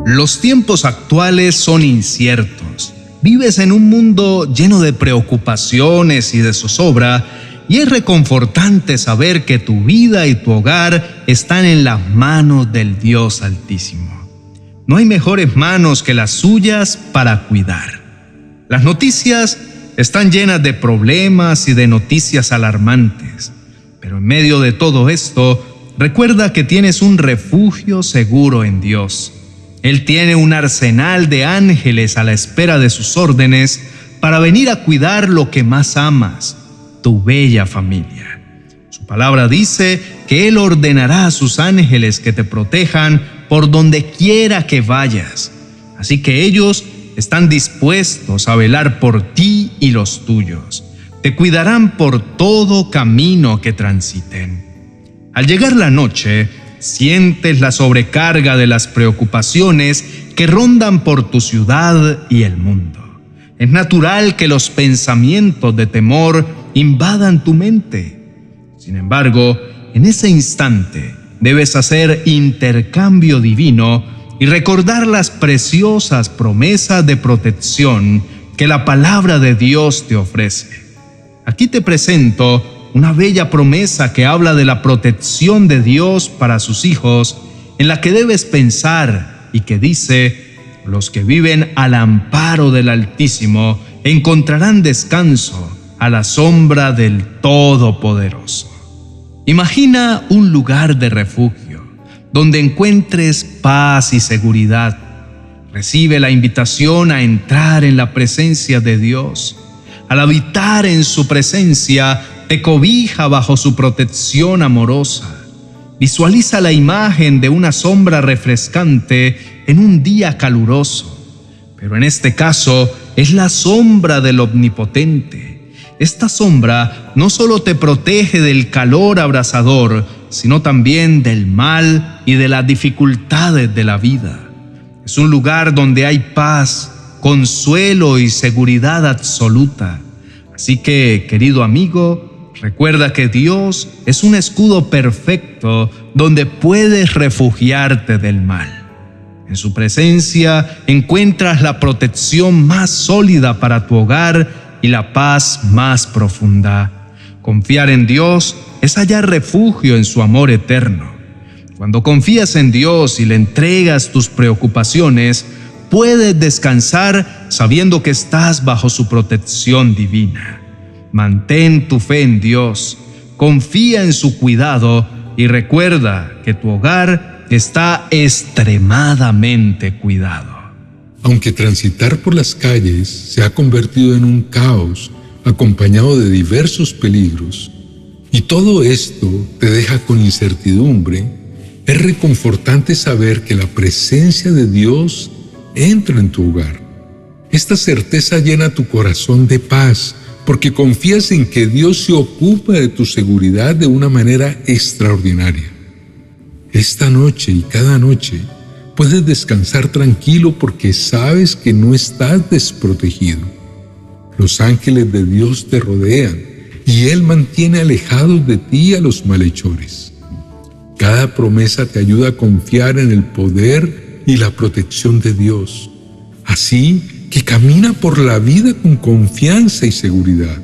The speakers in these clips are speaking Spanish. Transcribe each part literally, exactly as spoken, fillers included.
Los tiempos actuales son inciertos. Vives en un mundo lleno de preocupaciones y de zozobra, y es reconfortante saber que tu vida y tu hogar están en las manos del Dios Altísimo. No hay mejores manos que las suyas para cuidar. Las noticias están llenas de problemas y de noticias alarmantes, pero en medio de todo esto, recuerda que tienes un refugio seguro en Dios. Él tiene un arsenal de ángeles a la espera de sus órdenes para venir a cuidar lo que más amas, tu bella familia. Su palabra dice que Él ordenará a sus ángeles que te protejan por donde quiera que vayas. Así que ellos están dispuestos a velar por ti y los tuyos. Te cuidarán por todo camino que transiten. Al llegar la noche, sientes la sobrecarga de las preocupaciones que rondan por tu ciudad y el mundo. Es natural que los pensamientos de temor invadan tu mente. Sin embargo, en ese instante debes hacer intercambio divino y recordar las preciosas promesas de protección que la palabra de Dios te ofrece. Aquí te presento una bella promesa que habla de la protección de Dios para sus hijos, en la que debes pensar y que dice: los que viven al amparo del Altísimo encontrarán descanso a la sombra del Todopoderoso. Imagina un lugar de refugio, donde encuentres paz y seguridad. Recibe la invitación a entrar en la presencia de Dios. Al habitar en su presencia, te cobija bajo su protección amorosa. Visualiza la imagen de una sombra refrescante en un día caluroso, pero en este caso es la sombra del Omnipotente. Esta sombra no solo te protege del calor abrasador, sino también del mal y de las dificultades de la vida. Es un lugar donde hay paz, consuelo y seguridad absoluta. Así que, querido amigo, recuerda que Dios es un escudo perfecto donde puedes refugiarte del mal. En su presencia encuentras la protección más sólida para tu hogar y la paz más profunda. Confiar en Dios es hallar refugio en su amor eterno. Cuando confías en Dios y le entregas tus preocupaciones, puedes descansar sabiendo que estás bajo su protección divina. Mantén tu fe en Dios, confía en su cuidado y recuerda que tu hogar está extremadamente cuidado. Aunque transitar por las calles se ha convertido en un caos acompañado de diversos peligros, y todo esto te deja con incertidumbre, es reconfortante saber que la presencia de Dios entra en tu hogar. Esta certeza llena tu corazón de paz, porque confías en que Dios se ocupa de tu seguridad de una manera extraordinaria. Esta noche y cada noche puedes descansar tranquilo porque sabes que no estás desprotegido. Los ángeles de Dios te rodean y Él mantiene alejados de ti a los malhechores. Cada promesa te ayuda a confiar en el poder y la protección de Dios. Así que camina por la vida con confianza y seguridad.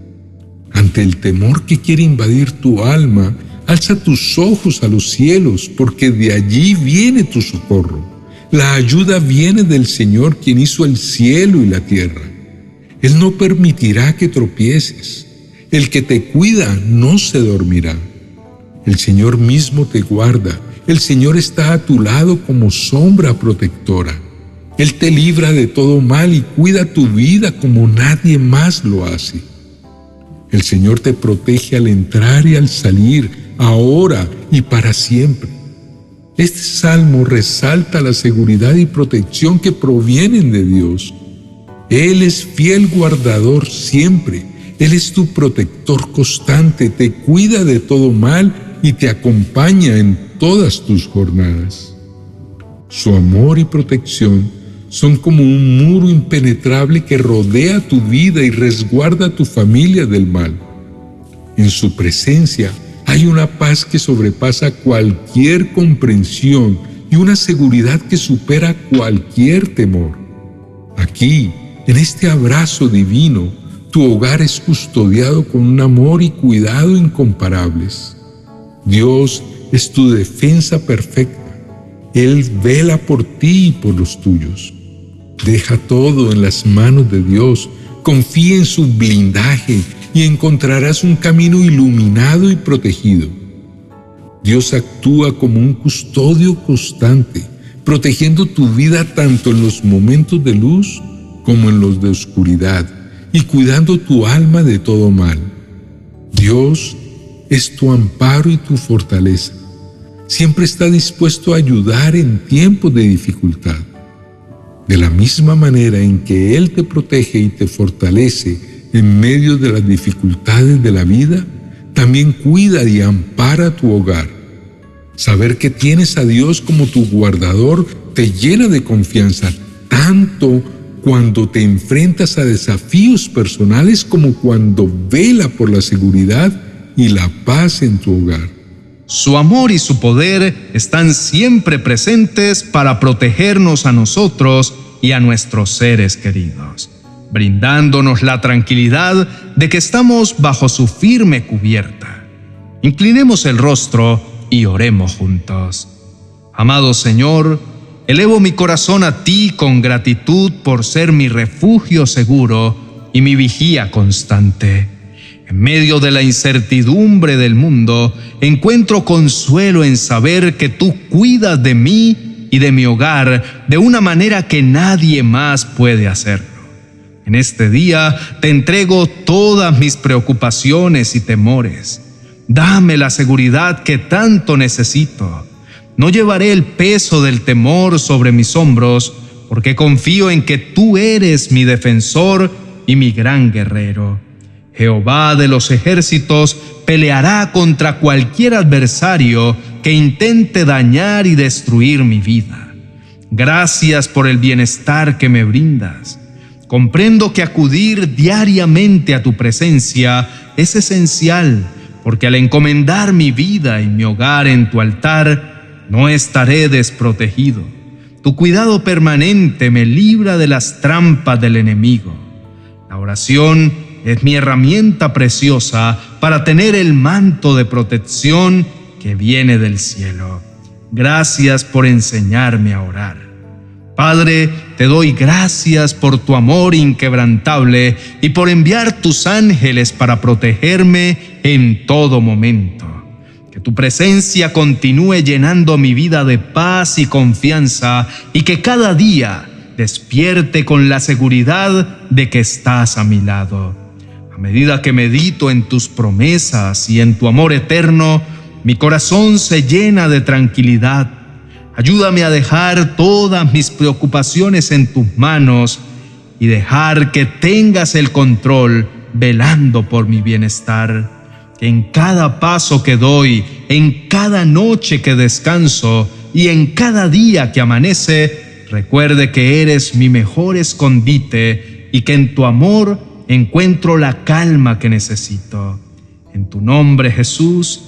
Ante el temor que quiere invadir tu alma, alza tus ojos a los cielos, porque de allí viene tu socorro. La ayuda viene del Señor, quien hizo el cielo y la tierra. Él no permitirá que tropieces. El que te cuida no se dormirá. El Señor mismo te guarda. El Señor está a tu lado como sombra protectora. Él te libra de todo mal y cuida tu vida como nadie más lo hace. El Señor te protege al entrar y al salir, ahora y para siempre. Este salmo resalta la seguridad y protección que provienen de Dios. Él es fiel guardador siempre. Él es tu protector constante, te cuida de todo mal y te acompaña en todas tus jornadas. Su amor y protección son como un muro impenetrable que rodea tu vida y resguarda a tu familia del mal. En su presencia hay una paz que sobrepasa cualquier comprensión y una seguridad que supera cualquier temor. Aquí, en este abrazo divino, tu hogar es custodiado con un amor y cuidado incomparables. Dios es tu defensa perfecta. Él vela por ti y por los tuyos. Deja todo en las manos de Dios. Confía en su blindaje y encontrarás un camino iluminado y protegido. Dios actúa como un custodio constante, protegiendo tu vida tanto en los momentos de luz como en los de oscuridad, y cuidando tu alma de todo mal. Dios es tu amparo y tu fortaleza. Siempre está dispuesto a ayudar en tiempos de dificultad. De la misma manera en que Él te protege y te fortalece en medio de las dificultades de la vida, también cuida y ampara tu hogar. Saber que tienes a Dios como tu guardador te llena de confianza, tanto cuando te enfrentas a desafíos personales como cuando vela por la seguridad y la paz en tu hogar. Su amor y su poder están siempre presentes para protegernos a nosotros y a nuestros seres queridos, brindándonos la tranquilidad de que estamos bajo su firme cubierta. Inclinemos el rostro y oremos juntos. Amado Señor, elevo mi corazón a ti con gratitud por ser mi refugio seguro y mi vigía constante. En medio de la incertidumbre del mundo, encuentro consuelo en saber que tú cuidas de mí y de mi hogar de una manera que nadie más puede hacerlo. En este día te entrego todas mis preocupaciones y temores. Dame la seguridad que tanto necesito. No llevaré el peso del temor sobre mis hombros, porque confío en que tú eres mi defensor y mi gran guerrero. Jehová de los ejércitos peleará contra cualquier adversario que intente dañar y destruir mi vida. Gracias por el bienestar que me brindas. Comprendo que acudir diariamente a tu presencia es esencial, porque al encomendar mi vida y mi hogar en tu altar, no estaré desprotegido. Tu cuidado permanente me libra de las trampas del enemigo. La oración es mi herramienta preciosa para tener el manto de protección que viene del cielo. Gracias por enseñarme a orar. Padre, te doy gracias por tu amor inquebrantable y por enviar tus ángeles para protegerme en todo momento. Que tu presencia continúe llenando mi vida de paz y confianza y que cada día despierte con la seguridad de que estás a mi lado. A medida que medito en tus promesas y en tu amor eterno, mi corazón se llena de tranquilidad. Ayúdame a dejar todas mis preocupaciones en tus manos y dejar que tengas el control, velando por mi bienestar. Que en cada paso que doy, en cada noche que descanso y en cada día que amanece, recuerde que eres mi mejor escondite y que en tu amor encuentro la calma que necesito. En tu nombre, Jesús.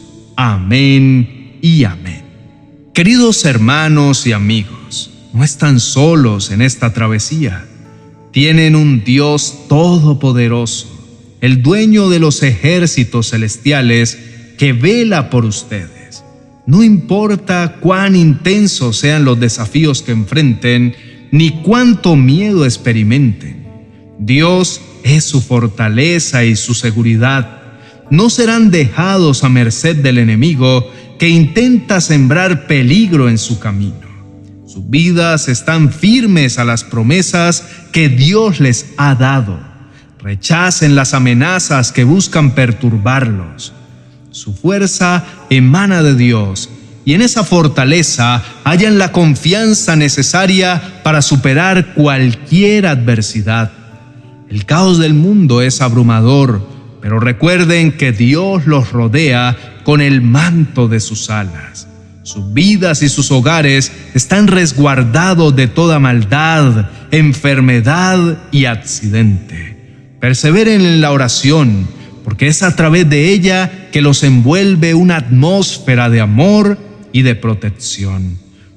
Amén y amén. Queridos hermanos y amigos, no están solos en esta travesía. Tienen un Dios todopoderoso, el dueño de los ejércitos celestiales, que vela por ustedes. No importa cuán intensos sean los desafíos que enfrenten, ni cuánto miedo experimenten. Dios es su fortaleza y su seguridad. No serán dejados a merced del enemigo que intenta sembrar peligro en su camino. Sus vidas están firmes a las promesas que Dios les ha dado. Rechacen las amenazas que buscan perturbarlos. Su fuerza emana de Dios, y en esa fortaleza hallan la confianza necesaria para superar cualquier adversidad. El caos del mundo es abrumador, pero recuerden que Dios los rodea con el manto de sus alas. Sus vidas y sus hogares están resguardados de toda maldad, enfermedad y accidente. Perseveren en la oración, porque es a través de ella que los envuelve una atmósfera de amor y de protección.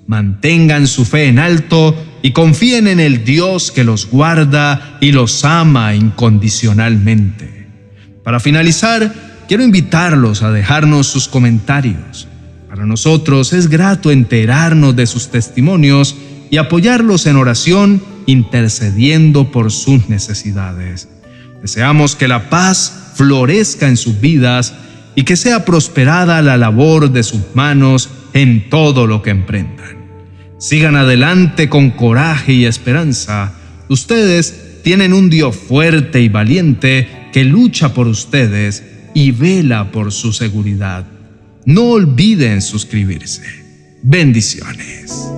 Mantengan su fe en alto y confíen en el Dios que los guarda y los ama incondicionalmente. Para finalizar, quiero invitarlos a dejarnos sus comentarios. Para nosotros es grato enterarnos de sus testimonios y apoyarlos en oración, intercediendo por sus necesidades. Deseamos que la paz florezca en sus vidas y que sea prosperada la labor de sus manos en todo lo que emprendan. Sigan adelante con coraje y esperanza. Ustedes tienen un Dios fuerte y valiente que lucha por ustedes y vela por su seguridad. No olviden suscribirse. Bendiciones.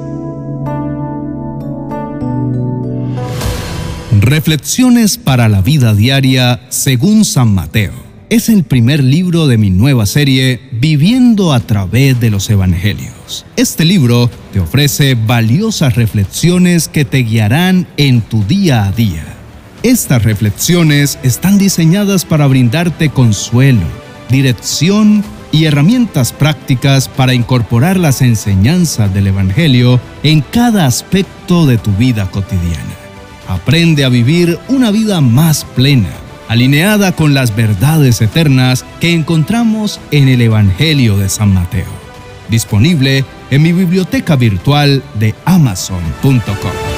Reflexiones para la vida diaria según San Mateo. Es el primer libro de mi nueva serie Viviendo a través de los Evangelios. Este libro te ofrece valiosas reflexiones que te guiarán en tu día a día. Estas reflexiones están diseñadas para brindarte consuelo, dirección y herramientas prácticas para incorporar las enseñanzas del Evangelio en cada aspecto de tu vida cotidiana. Aprende a vivir una vida más plena, alineada con las verdades eternas que encontramos en el Evangelio de San Mateo. Disponible en mi biblioteca virtual de amazon punto com.